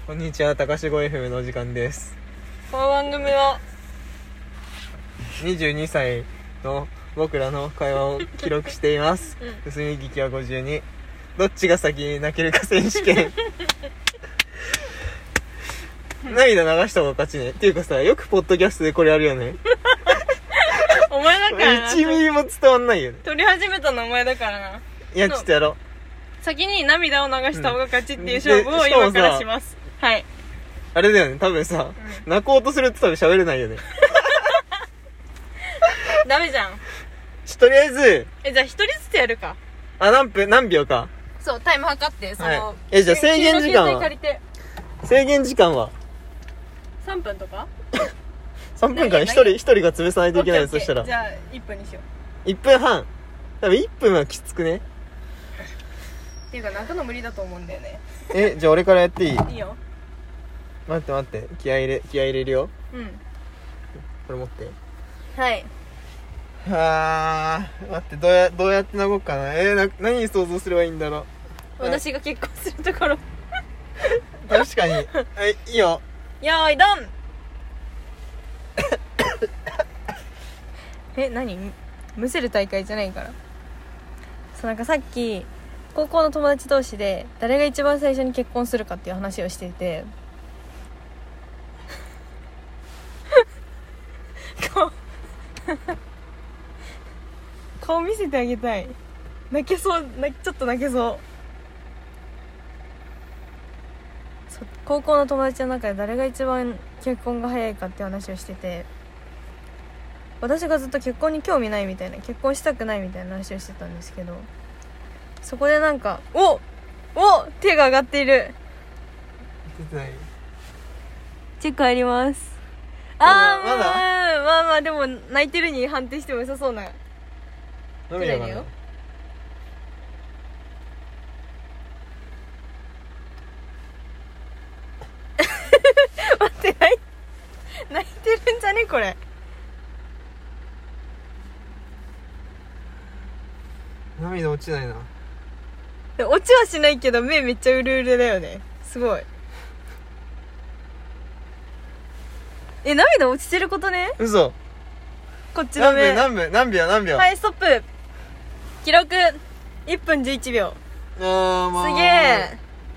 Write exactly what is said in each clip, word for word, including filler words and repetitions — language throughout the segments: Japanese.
こんにちは、高志 エフエム のお時間です。 この番組はにじゅうにさいの僕らの会話を記録しています。 うん盗み聞きはごじゅうに。どっちが先に泣けるか選手権涙流した方が勝ちね。っていうかさ、よくポッドキャストでこれやるよねお前だからな。 いちミリも伝わんないよね。 撮り始めたのお前だからな。 いや、ちょっとやろう。 先に涙を流した方が勝ちっていう勝負を今からします。はい。 あれだよね、多分さ、うん、泣こうとすると多分喋れないよねダメじゃん。 とりあえずえ、じゃあ一人ずつやるか。 あ、何分何秒か。 そう、タイム測ってその、はい、 え、じゃあ制限時間は制限時間はさんぷんとかさんぷんかん一人一人が潰さないといけない。そしたらじゃあいっぷんにしよう。いっぷんはん。多分いっぷんはきつくね。 っていうか泣くの無理だと思うんだよね。 え、じゃあ俺からやっていい？ いいよ。 待って待って、気合い入れ気合い入れるよ。 うん。 これ持って。 はい。 はー、待って、どうやどうやって泣こうかな。えー、な何想像すればいいんだろう。 私が結婚するところ確かに。はい、いいよ。 よーいドンえ、何むせる大会じゃないから。そう、なんかさっき高校の友達同士で誰が一番最初に結婚するかっていう話をしていて顔顔見せてあげたい。泣けそう、泣ちょっと泣けそう。そう、高校の友達の中で誰が一番結婚が早いかっていう話をしてて、私がずっと結婚に興味ないみたいな、結婚したくないみたいな話をしてたんですけど、そこでなんかおお手が上がっている。 出てない。 チェック入ります。 あー、 まだまだまあまあでも泣いてるに判定しても良さそうな涙がね。 待って、泣い泣いてるんじゃねこれ。 涙落ちないな。 落ちはしないけど目めっちゃうるうるだよね。すごい。え、涙落ちてることね。 嘘。 こっちの目。 何分何秒何秒。 はい、ストップ。記録いっぷんじゅういちびょう。 あー、まあ、 すげえ。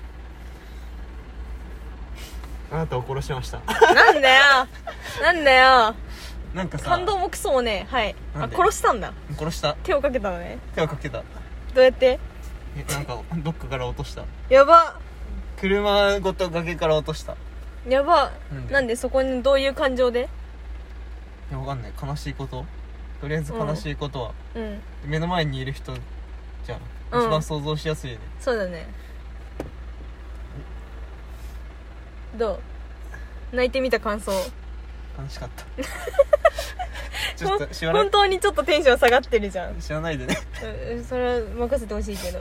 あなたを殺しました。 なんだよなんだよ。 なんかさ、 感動もクソもね。はい。あ、殺したんだ。 殺した。 手をかけたのね。 手をかけた。 どうやって？ え、なんかどっかから落とした。 やば。 車ごと崖から落とした。 やば。 なんで？ なんでそこにどういう感情で？ いや、わかんない。悲しいこと。とりあえず悲しいことは、 うん、 目の前にいる人じゃん、 うん、 一番想像しやすいね。 そうだね。どう？泣いてみた感想。 楽しかったちょっとしばらく本当にちょっとテンション下がってるじゃん。 知らないでねそれは任せてほしいけど。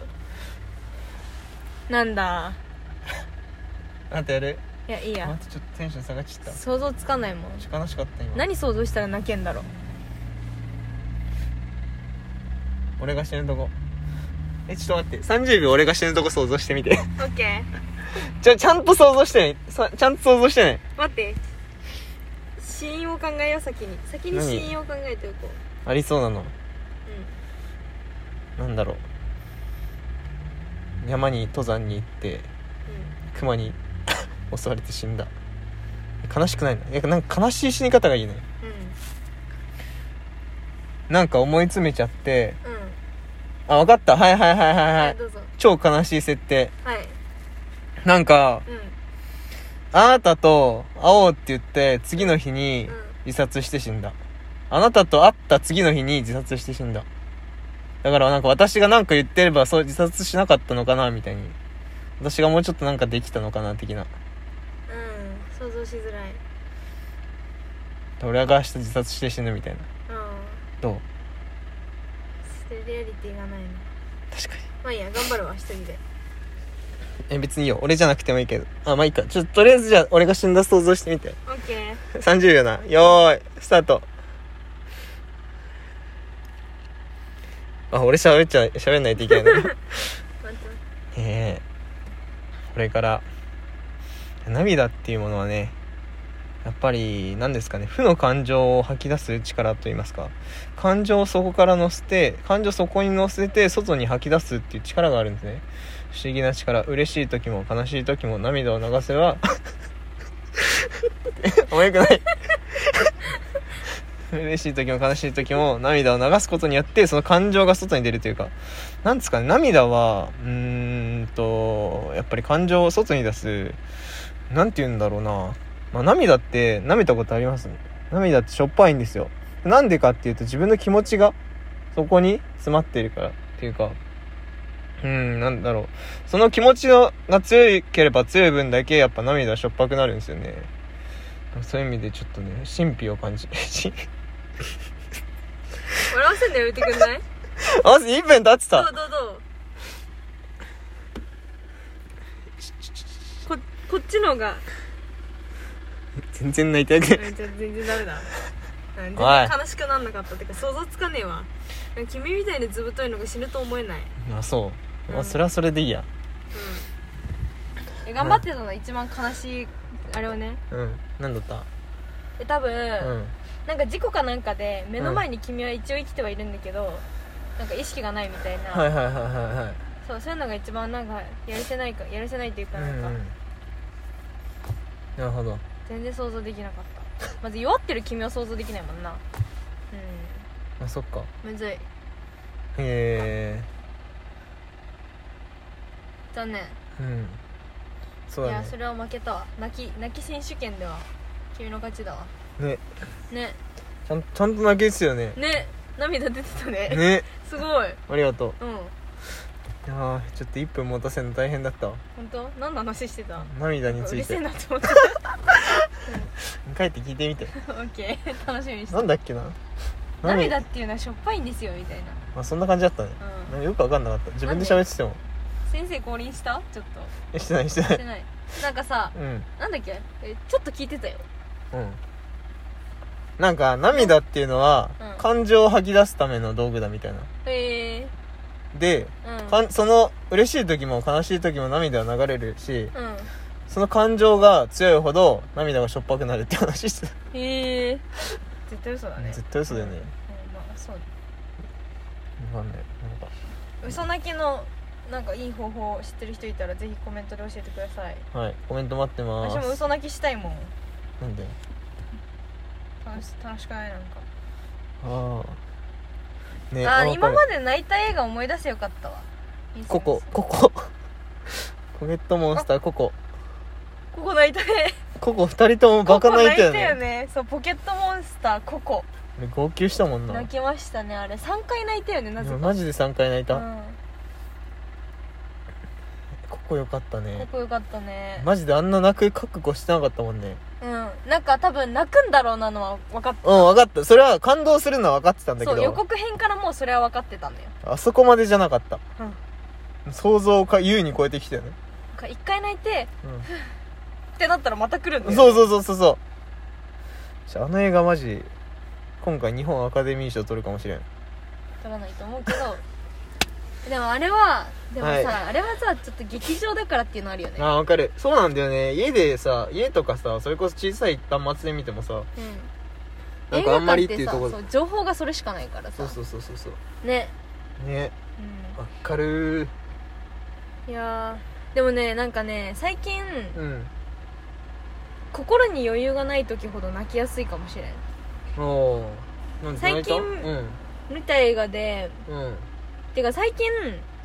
なんだ。 あんたやる？ いや、いいや。 待って、ちょっとテンション下がっちゃった。 想像つかないもん。 悲しかった今。 何想像したら泣けんだろう。 俺が死ぬとこ。え、ちょっと待って、さんじゅうびょう俺が死ぬとこ想像してみて。 オッケー。 ちょ、ちゃんと想像してね。さ、ちゃんと想像してね。 待って、死因を考えよう。先に先に死因を考えておこう。 ありそうなの。 うん。 なんだろう。山に登山に行って、うん、熊に襲われて死んだ。悲しくないの？いや、なんか悲しい死に方がいいね。うん。なんか思い詰めちゃって、うん、あ、分かった。はいはいはいはいはい、はい、 どうぞ。 超悲しい設定。 はい。 なんか、 うん、 あなたと会おうって言って次の日に自殺して死んだ。あなたと会った次の日に自殺して死んだ。だからなんか私がなんか言ってればそう自殺しなかったのかなみたいに、私がもうちょっとなんかできたのかな的な。 うん、想像しづらい。 俺が明日自殺して死ぬみたいな。 うん。 どう？ 捨てリアリティがないの。 確かに。 まあいいや、頑張るわ一人で。 え、別にいいよ。俺じゃなくてもいいけど。あ、まあいいか。ちょっととりあえずじゃあ俺が死んだ想像してみて。 オッケー。 さんじゅうびょうな。よーいスタート。あ、俺喋っちゃ喋んないといけないの。 待って待って。 えー、これから涙っていうものはね、やっぱり何ですかね、負の感情を吐き出す力といいますか、感情をそこから乗せて、感情をそこに乗せて外に吐き出すっていう力があるんですね。不思議な力。嬉しい時も悲しい時も涙を流せばおもよくない嬉しい時も悲しい時も涙を流すことによってその感情が外に出るというか、なんですかね、涙はうーんとやっぱり感情を外に出す、なんて言うんだろうな、まあ、涙って舐めたことあります？涙ってしょっぱいんですよ。なんでかっていうと、自分の気持ちがそこに詰まっているからっていうか、うーんなんだろう、その気持ちが強ければ強い分だけやっぱ涙はしょっぱくなるんですよね。そういう意味でちょっとね、神秘を感じ笑わせんのやめてくんない？ あ、いっぷん経ってた。 どうどうどうこ, こっちのが全然泣いてなくない全然ダメだ。全然悲しくなんなかったってか想像つかねえわ。君みたいにずぶといのが死ぬと思えない。 あ、そう、 うん、 まあ、それはそれでいいや。 うん、頑張ってたのが一番悲しいあれをね。 うん、なんだった？ え多分、うん、なんか事故かなんかで目の前に君は一応生きてはいるんだけど、うん、なんか意識がないみたいな。 はいはいはいはいはい。 そう、そういうのが一番なんかやるせないかやるせないっていうかなんか、うんうん、 なるほど。 全然想像できなかった。まず弱ってる君は想像できないもんな。うん。 あ、そっか。 むずい。へえ。 残念。 うん。そうだね。 いや、それは負けたわ。泣き泣き選手権では君の勝ちだわ。 ね。 ね。 ちゃんちゃんと泣けですよね。 ね。涙出てたね。 ね。 すごい。 ありがとう。 うん。 いやちょっといっぷん持たせるの大変だったわ。 本当？何の話してた？ 涙について。 うるせえなと思って帰って聞いてみて。 オッケー、楽しみにして。 なんだっけな、 涙っていうのはしょっぱいんですよみたいな。 まあそんな感じだったね、うん、よく分かんなかった。自分で喋ってても。 先生降臨したちょっと。 え、してないしてないしてない。なんかさ、うん、なんだっけ、えちょっと聞いてたよ。 うん、なんか涙っていうのは、うん、感情を吐き出すための道具だみたいな。 へえ。 で、うん、かんその嬉しい時も悲しい時も涙は流れるし、うん、その感情が強いほど涙がしょっぱくなるって話してた。 へえ。絶対嘘だね。 絶対嘘だよね。うん、 まあそう。 わかんない。なんか嘘泣きのなんかいい方法知ってる人いたらぜひコメントで教えてください。 はい、コメント待ってます。 私も嘘泣きしたいもん。 なんで？ 楽し楽しくない？なんか。 ああ。ね、 あ、今まで泣いた映画思い出せよかったわ。 ココココポケットモンスターココココ泣いたね。 ココ二人ともバカ泣いたよね。 ココ泣いたよね。そう、ポケットモンスターココ号泣したもんな。 泣きましたね。あれさんかい泣いたよね。なぜかマジでさんかい泣いた、うん、ココよかったね。 ココよかったね。 マジであんな泣く覚悟してなかったもんね。 うん、なんか多分泣くんだろうなのは分かった。 うん、分かった。それは感動するのは分かってたんだけど、 そう、予告編からもうそれは分かってたんだよ。 あそこまでじゃなかった、 うん、 想像をか優に超えてきたよね。 一回泣いて、うん、ってなったらまた来るんだよ。 そうそうそうそうそう。あの映画マジ今回日本アカデミー賞取るかもしれん。 取らないと思うけどでもあれはでもさ、はい、あれはさちょっと劇場だからっていうのあるよね。 あ、分かる。そうなんだよね。家でさ、家とかさ、それこそ小さい端末で見てもさ、うん、なんかあんまりっていうところ、 そう情報がそれしかないからさ。 そうそうそうそうそうねね、うん、分かる。 いやでもね、なんかね最近、 うん、 心に余裕がない時ほど泣きやすいかもしれん。 おー、 最近、うん、見た映画で、うん、てか最近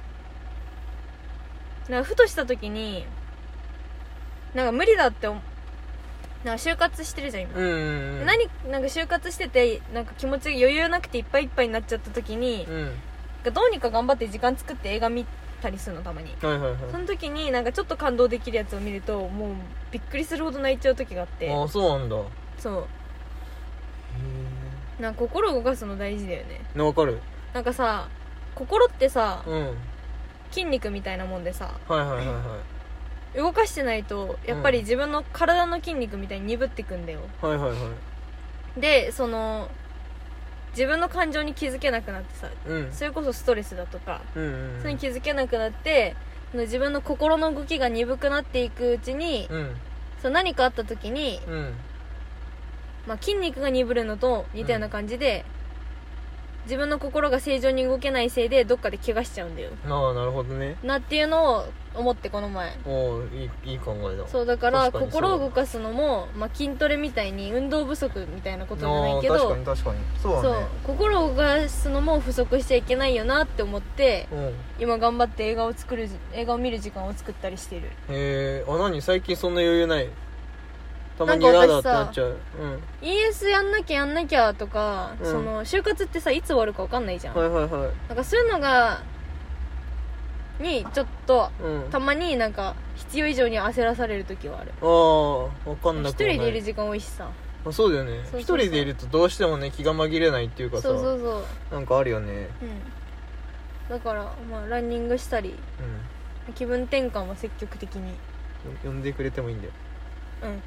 なんかふとした時になんか無理だってなんか就活してるじゃん今、 うんうんうん、 何なんか就活しててなんか気持ちが余裕なくていっぱいいっぱいになっちゃった時に、うん、どうにか頑張って時間作って映画見たりするのたまに、はいはいはい、その時になんかちょっと感動できるやつを見るともうびっくりするほど泣いちゃう時があって。 ああ、そうなんだ。 そう、へなんか心を動かすの大事だよね。 わかる。 なんかさ心ってさ、 うん、筋肉みたいなもんでさ、 はいはいはいはい、 動かしてないとやっぱり自分の体の筋肉みたいに鈍ってくんだよ、 はいはいはい。 でその自分の感情に気づけなくなってさ、うん、それこそストレスだとか、うんうんうん、それに気づけなくなって自分の心の動きが鈍くなっていくうちに、うん、 そう何かあった時に、 うんまあ、筋肉が鈍るのと似たような感じで、うん、自分の心が正常に動けないせいでどっかで怪我しちゃうんだよ。 ああなるほどね。 なっていうのを思ってこの前。 おおいいいい考えだ。 そうだから確かにそう心を動かすのも、まあ、筋トレみたいに運動不足みたいなことじゃないけど、 あ確かに確かにそうだね。 そう心を動かすのも不足しちゃいけないよなって思って、 うん、 今頑張って映画を作る映画を見る時間を作ったりしてる。 へえー、あ何最近そんな余裕ない？たまに嫌だってなっちゃう。うん、 イーエス やんなきゃやんなきゃとか、 うん、 その就活ってさいつ終わるか分かんないじゃん。 はいはいはい。 なんかそういうのがにちょっと、 うん、 たまになんか必要以上に焦らされる時はある。 ああ分かんなくはない。 一人でいる時間多いしさ。 あそうだよね。 そうそうそう一人でいるとどうしてもね気が紛れないっていうかさ、 そうそうそう、 なんかあるよね。 うん、だからまあランニングしたり、 うん、 気分転換は積極的に呼んでくれてもいいんだよ。 うん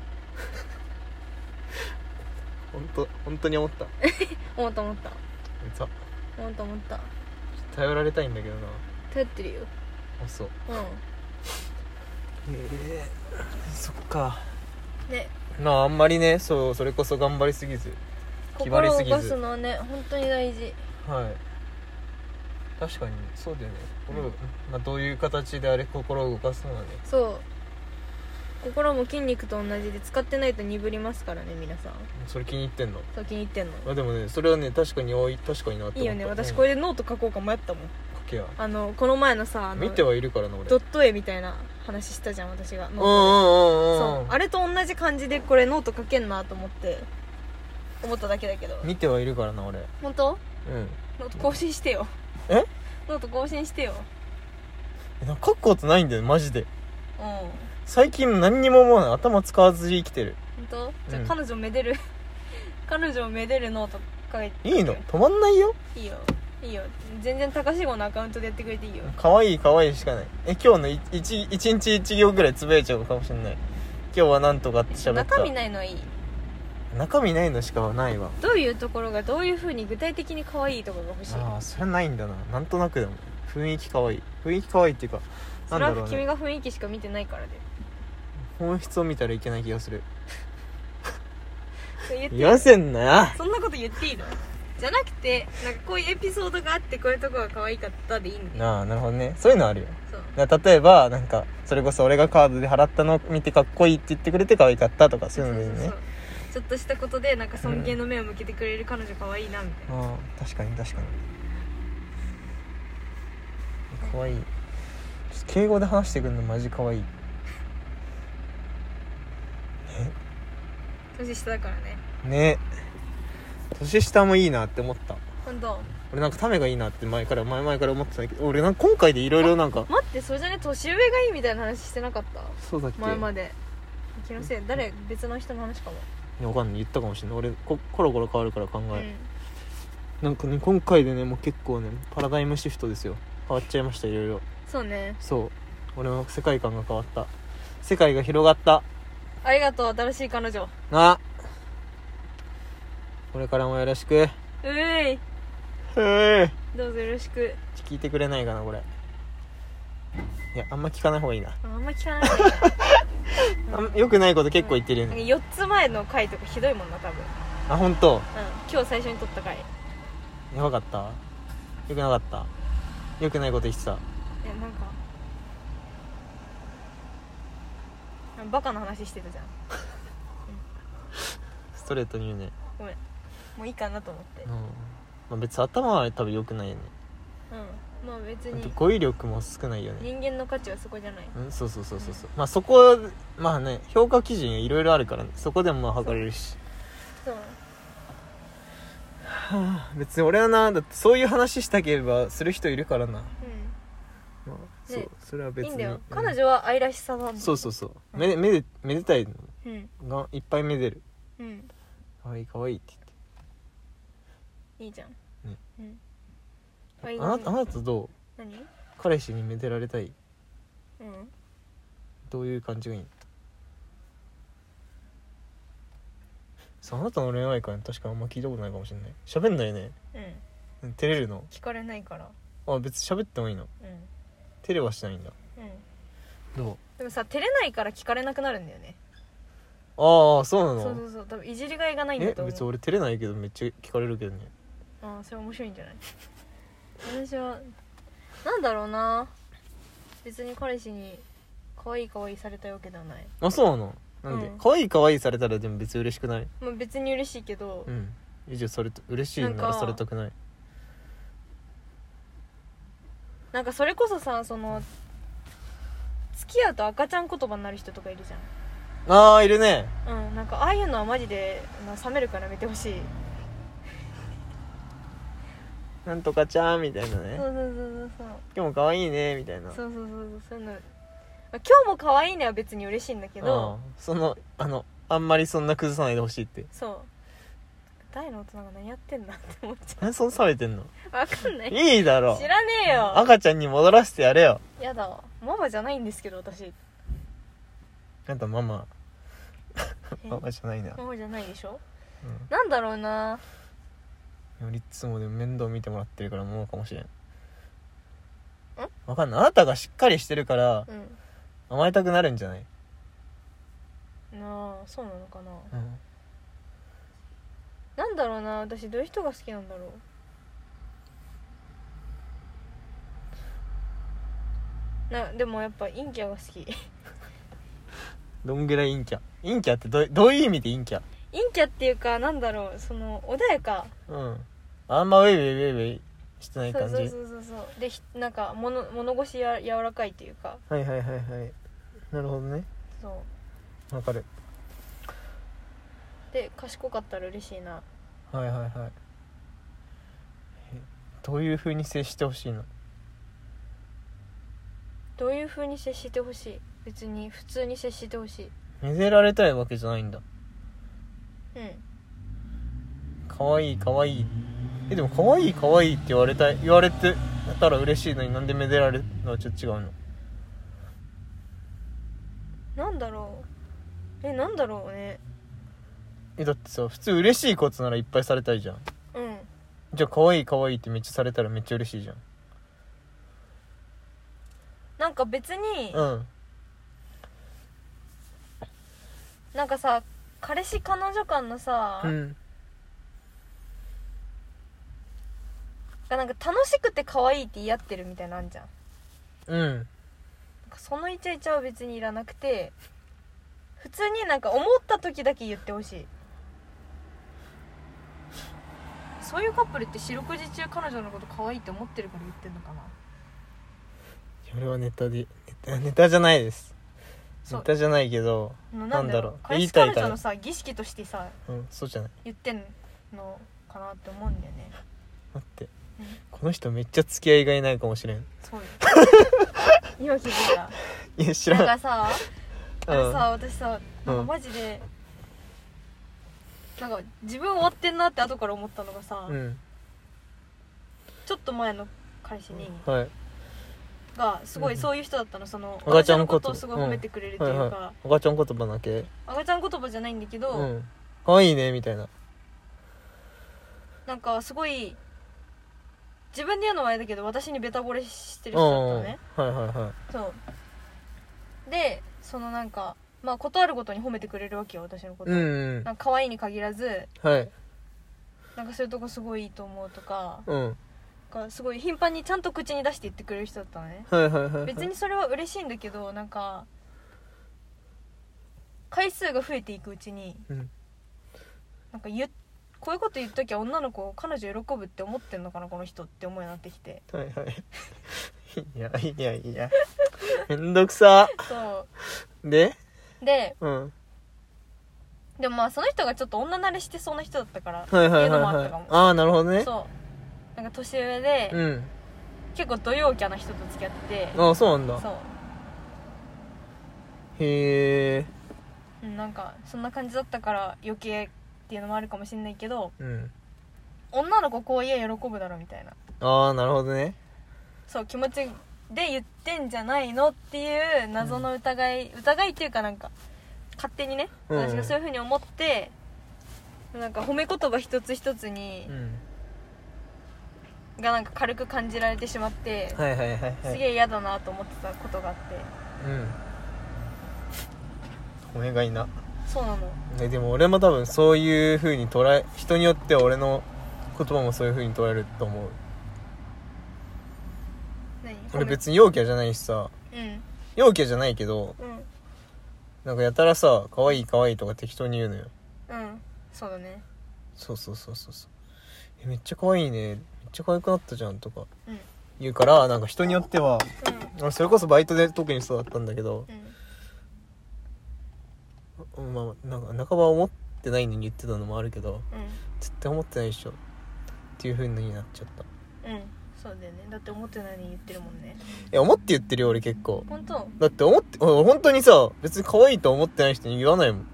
本当本当に思った思った思ったさ思った思った頼られたいんだけどな。 頼ってるよ。 あそう。 うええー、そっかんね。 まああんまりねそうそれこそ頑張りすぎず決まり心をすぎず動かすのはね本当に大事。 はい確かにそうだよね、 うんまあ、どういう形であれ心を動かすのはね。 そう心も筋肉と同じで使ってないと鈍りますからね皆さん。 それ気に入ってんの？ そう気に入ってんの。 あでもねそれはね確かに多い確かになって思った。 いいよね。私うんこれでノート書こうか迷ったもん。 書けやあのこの前のさあの見てはいるからな俺。 ドット絵みたいな話したじゃん私がノートで。 うんうんうんうんそうあれと同じ感じでこれノート書けんなと思って思っただけだけど。 見てはいるからな俺。 本当？ うんノート更新してよ。 えノート更新してよ。 書くことないんだよマジで。 うん最近何にも思わない。頭使わずに生きてる。 本当？じゃあ、 うん彼女めでる彼女めでるノート書いていいの？止まんないよ。 いいよいいよ全然高志号のアカウントでやってくれていいよ。 可愛い可愛いしかない。え今日のいち一日一行ぐらいつぶやいちゃうかもしれない。今日はなんとかって喋った。 中身ないのはいい。 中身ないのしかないわ。 どういうところがどういう風に具体的に可愛いところが欲しい。 ああそれはないんだな。なんとなくでも雰囲気可愛い雰囲気可愛いっていうかそれは君なんだろうね。 が雰囲気しか見てないからで。 本質を見たらいけない気がする。 それ言っていい言わせんなよ。 そんなこと言っていいの？じゃなくてなんかこういうエピソードがあってこういうとこが可愛かったでいいんだよ。 ああなるほどね。そういうのあるよ。 そうだから例えばなんかそれこそ俺がカードで払ったのを見てかっこいいって言ってくれて可愛かったとかそういうのでいいね。 そうそうそうちょっとしたことでなんか尊敬の目を向けてくれる彼女可愛いなみたいな、 ああ確かに確かに可愛い。敬語で話してくるのマジ可愛い。 年下だからね。 ね年下もいいなって思った。 本当。 俺なんかタメがいいなって前から前々から思ってたけど俺なんか今回でいろいろなんか待ってそれじゃね年上がいいみたいな話してなかった？ そうだっけ。 前まで気のせい誰別の人の話かも。 いやわかんない言ったかもしれない。俺こコロコロ変わるから考え、 うんなんかね今回でねもう結構ねパラダイムシフトですよ。変わっちゃいましたいろいろ。 そうね。 そう俺の世界観が変わった。世界が広がった。 ありがとう新しい彼女。 あこれからもよろしく。 うえいへえどうぞよろしく。 聞いてくれないかなこれ。いやあんま聞かない方がいいな。 あんま聞かない方がいいなあんよくないこと結構言ってるよね、 なんかよっつまえの回とかひどいもんな多分。 あ本当。 うん今日最初に撮った回。 やばかった。よくなかった。よくないこと言ってた。 いやなんかバカな話してたじゃん。 ストレートに言うね。 ごめんもういいかなと思ってうんまあ、別に頭は多分良くないよね。 うんまあ別あとに語彙力も少ないよね。 人間の価値はそこじゃない。 うんそうそうそうそうそう、まあそこまあね評価基準いろいろあるから、ね、そこでもまあ測れるし。 そうはあ、別に俺はなだってそういう話したければする人いるからな、まあそう、 ねそれは別にいいんだよ、 うん彼女は愛らしさだもん。 そうそうそうめでめでめでたいうんのがいっぱいめでる。 うんかわいいかわいいっていいじゃん、 ねうん言ってあなたあなたどう何彼氏にめでられたい。 うんどういう感じがいいの。そうあなたの恋愛観確かあんま聞いたことないかもしれない。喋んないね。 うん照れるの。 聞かれないから。 あ別に喋ってもいいの。 うん照れはしないんだ。 うんどう。 でもさ照れないから聞かれなくなるんだよね。 ああそうなの。 そうそうそう多分いじりがいがないんだえと思う。 別に俺照れないけどめっちゃ聞かれるけどね。 ああそれ面白いんじゃない私はなんだろうな、別に彼氏に可愛い可愛いされたいわけではない。 あそうなの。なんで、 うん可愛い可愛いされたらでも別に嬉しくない？ まあ、別に嬉しいけど、 うん以上それと嬉しいならされたくない。 なんかそれこそさ、その付き合うと赤ちゃん言葉になる人とかいるじゃん。 ああいるね。 うん、なんかああいうのはマジで、まあ、冷めるからやめてほしい。 なんとかちゃんみたいなね。 そうそうそうそう今日も可愛いねみたいな。 そうそうそうそうそういうの、まあ、今日も可愛いねは別に嬉しいんだけど、 あそのあのあんまりそんな崩さないでほしいって。 そう大の大人が何やってんだって思っちゃ何そんな冷めてんの？ う。わかんない、 いいだろ。 知らねえよ。 赤ちゃんに戻らせてやれよ。 やだわ、ママじゃないんですけど私。 あんたママえママじゃないな。 ママじゃないでしょ。 うんなんだろうな、 よりいつもでも面倒見てもらってるからもうかもしれん。 んわかんない。あなたがしっかりしてるからうん甘えたくなるんじゃない？ なあそうなのかな、 うんなんだろうな、私どういう人が好きなんだろうな。でもやっぱ陰キャが好きどんぐらい陰キャ陰キャってどうどういう意味で陰キャ？ 陰キャっていうかなんだろう、その穏やか、 うんあんまウェイウェイウェイウェイしてないそう感じ。 そうそうそうそうでひなんか物物腰や柔らかいっていうか、 はいはいはいはいなるほどね。 そうわかる。 で賢かったら嬉しいな。 はいはいはいえどういう風に接してほしいの？ どういう風に接してほしい？別に普通に接してほしい。 めでられたいわけじゃないんだ。 うんかわいいかわいい。えでもかわいいかわいいって言われたい言われてたら嬉しいのになんでめでられるのはちょっと違うの？ なんだろうえなんだろうね。 えだってさ普通嬉しいことならいっぱいされたいじゃん。 うんじゃあかわいいかわいいってめっちゃされたらめっちゃ嬉しいじゃん。 なんか別に、 うんなんかさ彼氏彼女間のさ、 うんがなんか楽しくて可愛いって言い合ってるみたいなのあんじゃん。 うんなんかそのイチャイチャは別にいらなくて、普通になんか思った時だけ言ってほしい。そういうカップルって四六時中彼女のこと可愛いって思ってるから言ってんのかな。 俺はネタでネタネタじゃないです。 そうネタじゃないけどななんんだろうだろう彼言いたいから氏彼女のさ儀式としてさうんそうじゃない。 言ってんのかなって思うんだよね。 待ってうんこの人めっちゃ付き合いがいないかもしれん。 そうよ今気づいた。 いや知らん。 なんかさあれさ、 う私さなんかマジで、なんか自分終わってんなって後から思ったのがさ、 うんちょっと前の彼氏に、 はいがすごいそういう人だったの。その赤ちゃん私のことをことすごい褒めてくれるというか、 はいはい赤ちゃん言葉だけ赤ちゃん言葉じゃないんだけど、 うんかわいいねみたいな。 なんかすごい自分で言うのはあれだけど私にベタ惚れしてる人だったのね。 はいはいはいそうでそのなんかまあことあるごとに褒めてくれるわけよ私のこと、 うんうんなんか可愛いに限らずはいなんかそういうとこすごいいいと思うとか、 うんなんかすごい頻繁にちゃんと口に出して言ってくれる人だったのね。 はいはいはいはい別にそれは嬉しいんだけど、なんか回数が増えていくうちに、 うんなんか言っこういうこと言っときゃ女の子彼女喜ぶって思ってんのかなこの人って思うようになってきて、 はいはいいやいやいやめんどくさそでうでうんでもまあその人がちょっと女慣れしてそうな人だったから、 はいはいはいっていうのもあっはいたかも。 ああなるほどねそうなんか年上で、 うん結構ド陽キャな人と付き合ってて、 ああそうなんだそうへえうんなんかそんな感じだったから余計っていうのもあるかもしれないけど、 うん女の子こう言え喜ぶだろみたいな、 ああなるほどねそう気持ちで言ってんじゃないのっていう謎の疑い、うん、疑いっていうかなんか勝手にね、 うん、 私がそういう風に思ってなんか褒め言葉一つ一つに、 うん、 がなんか軽く感じられてしまって、 はいはいはいはいすげえ嫌だなと思ってたことがあって、 うんお願いなそうなの。 えでも俺も多分そういう風に捉え、人によっては俺の言葉もそういう風に捉えると思う。 何？ 俺別に陽キャじゃないしさ、 うん陽キャじゃないけど、 うんなんかやたらさ可愛い可愛いとか適当に言うのよ。 うんそうだね。 そうそうそうそうそう、えめっちゃ可愛いね、めっちゃ可愛くなったじゃんとかうん言うから、なんか人によっては、 うん俺それこそバイトで特にそうだったんだけど、 うんまあなんか半ば思ってないのに言ってたのもあるけど、 うん絶対思ってないでしょっていう風になっちゃった。 うんそうだよね。だって思ってないのに言ってるもんね。 いや思って言ってるよ俺結構。 本当？ だって思って俺本当にさ、別に可愛いと思ってない人に言わないもん、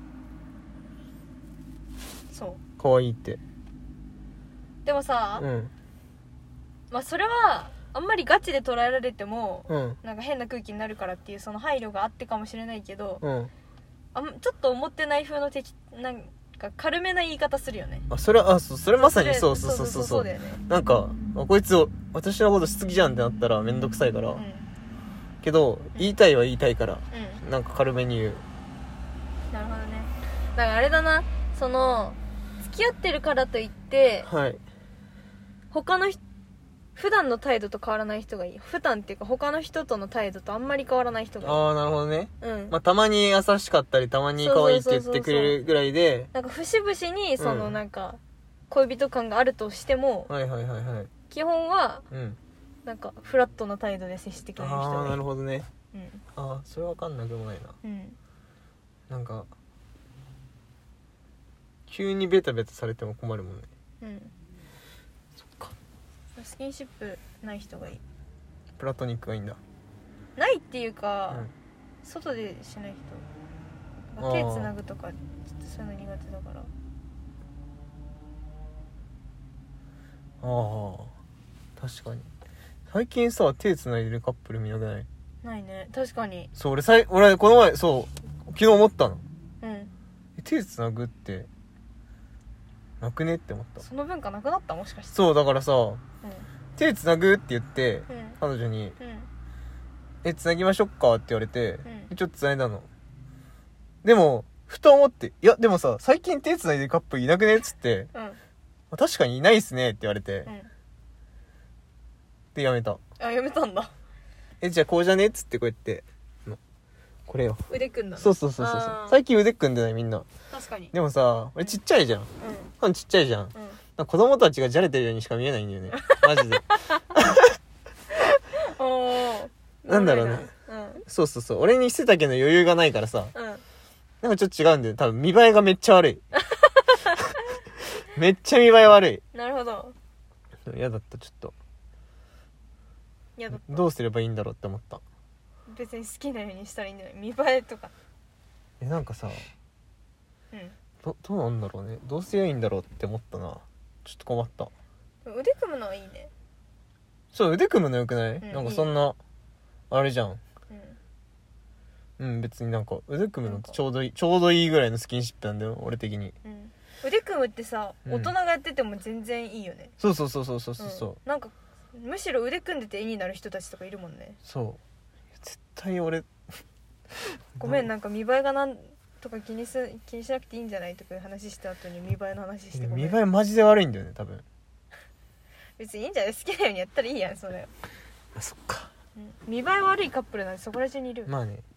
そう。 可愛いって。 でもさ、 うんまあそれはあんまりガチで捉えられても、 うんなんか変な空気になるからっていうその配慮があってかもしれないけど、 うんあんちょっと思ってない風の敵なんか軽めな言い方するよね。 あそれはあそうそれまさにそうそそうそうそうそうだよね。 なんかあこいつ私のことしすぎじゃんってなったらめんどくさいから、 うんけど言いたいは言いたいからうんなんか軽めに言う。 なるほどね。だからあれだな、その付き合ってるからといってはい他の人普段の態度と変わらない人がいい。普段っていうか他の人との態度とあんまり変わらない人がいい。 ああなるほどね。 うん、 まあたまに優しかったりたまに可愛いって言ってくれるぐらいで、 なんか節々にそのうんなんか恋人感があるとしても、 はいはいはいはい、 基本はうん、 なんかフラットな態度で接してくれる人ああがいい。 なるほどね。 うんああそれわかんなくもないな。 うんなんか急にベタベタされても困るもんね。 うんそっか、 スキンシップない人がいい。 プラトニックがいいんだ。 ないっていうか、 うん外でしない人、 あー手つなぐとかちょっとそういうの苦手だから。 ああ確かに最近さ手つないでるカップル見なくない？ ないね、確かに。 そう俺さい俺この前そう昨日思ったの。 うんえ手つなぐってなくねって思った。 その文化なくなった、もしかして。 そうだからさうん手つなぐって言ってうん彼女にうんえつなぎましょうかって言われて、 うんちょっとつないだの。でもふと思って、いやでもさ最近手つないでるカップルいなくねっつってうん確かにいないっすねって言われて、 うんでやめた。 あ、やめたんだ。 えじゃあこうじゃねっつってこうやってのこれよ。 腕組んだの。 そうそうそうそうそうあー最近腕組んでないみんな。 確かに。 でもさ俺ちっちゃいじゃん、 うファンちっちゃいじゃん。 んうんなんか子供たちがじゃれてるようにしか見えないんだよねマジでおーなんだろうね。 うんそうそうそう俺に背丈の余裕がないからさうんなんかちょっと違うんだよ。多分見栄えがめっちゃ悪いめっちゃ見栄え悪い。 なるほど。 嫌だったちょっと。 いやだどうすればいいんだろうって思った。 別に好きなようにしたらいいんじゃない？見栄えとか。 えなんかさうんどどうなんだろうね、どうすりゃいいんだろうって思ったな。ちょっと困った。 腕組むのはいいね。 そう腕組むのよくない？ うんなんかそんなあれじゃん。 うんうん別になんか腕組むのってちょうどいいちょうどいいぐらいのスキンシップなんだよ俺的に。 うん腕組むってさ、 うん大人がやってても全然いいよね。 そうそうそうそうそうそうそう、 うんなんかむしろ腕組んでて絵になる人たちとかいるもんね。 そう絶対俺ごめんなんか見栄えがなんとか気にす気にしなくていいんじゃないとかいう話した後に見栄えの話してごめん。 見栄えマジで悪いんだよね多分。 別にいいんじゃない？好きなようにやったらいいやんそれ。 あそっか。 うん見栄え悪いカップルなんてそこら中にいる。 まあね。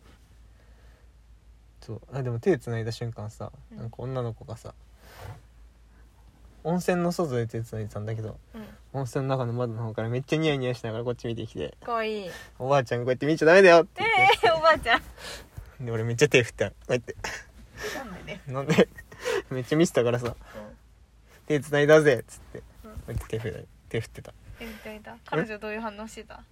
そうあでも手つないだ瞬間さ、 うんなんか女の子がさ温泉の外で手つないでたんだけど、 うん温泉の中の窓の方からめっちゃニヤニヤしながらこっち見てきて、 かわいい。 おばあちゃんこうやって見ちゃダメだよってえ言って、 ー、おばあちゃんで俺めっちゃ手振ったこうやってなんでね。 なんでめっちゃ見せたからさ手つないだぜっつって、 うんこうやって手振る手振ってた。 え見た見た。彼女どういう反応してた？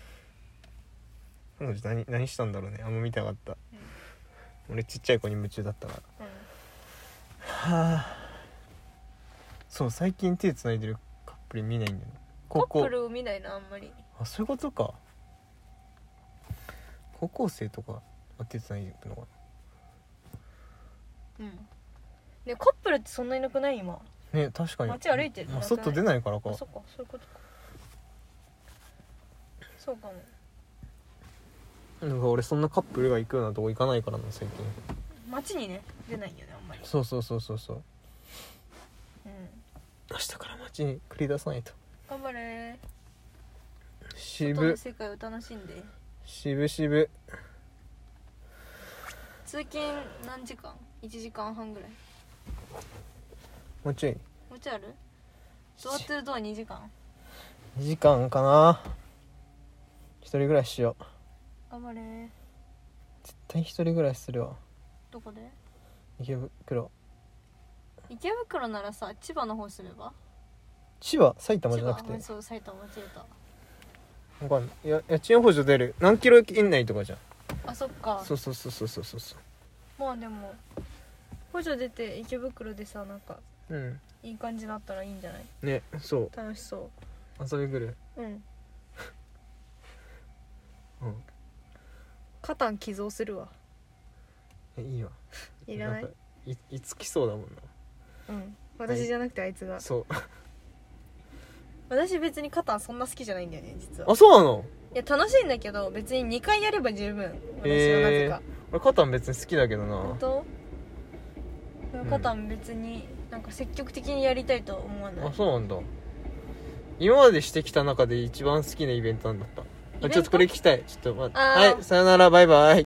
彼女何何したんだろうね、あんま見てなかった、俺ちっちゃい子に夢中だったから。 うんはあそう最近手つないでるカップル見ないんだよね。 カ高校ップルを見ないなあんまり。 あそういうことか。高校生とかは手つないでるのかうんね、カップルってそんないなくない今？ な。ね確かに街歩いてるまあ、外出ないからか。 あそっかそういうことか。そうかも。 なんか俺そんなカップルが行くようなとこ行かないからな最近。 街にね出ないよねあんまり。 そうそうそうそうそううん明日から街に繰り出さないと。 頑張れ。外渋の世界を楽しんで。 渋渋。 通勤何時間？いちじかんはんぐらい。 もうちょいもうちょいある？ドアトゥードアにじかん。 にじかんかな。一人暮らししよう。 頑張れ。 絶対一人暮らしするわ。 どこで？ 池袋。 池袋ならさ千葉の方すれば？ 千葉埼玉じゃなくて千葉、そう埼玉間違えた。 わかんない。いや家賃補助出る何キロ以内とかじゃん。 あそっか。 そうそうそうそうそうそうそまあでも補助出て池袋でさなんかう。うんいい感じになったらいいんじゃない？ ね、そう楽しそ遊び来る。 う。うん。 うんカタン寄贈するわ。 えいいわ。 いらない？ んかいいつきそうだもんな。 うん私じゃなくてあいつが。 そう私別にカタンそんな好きじゃないんだよね実は。 あそうなの。 いや楽しいんだけど別ににかいやれば十分。私はなぜか。 俺カタン別に好きだけどな。 本当？でもカタン別になんか積極的にやりたいとは思わない。 あそうなんだ。今までしてきた中で一番好きなイベントなんだった。あちょっとこれ聞きたい。ちょっと待って。 あーはいさよならバイバイ。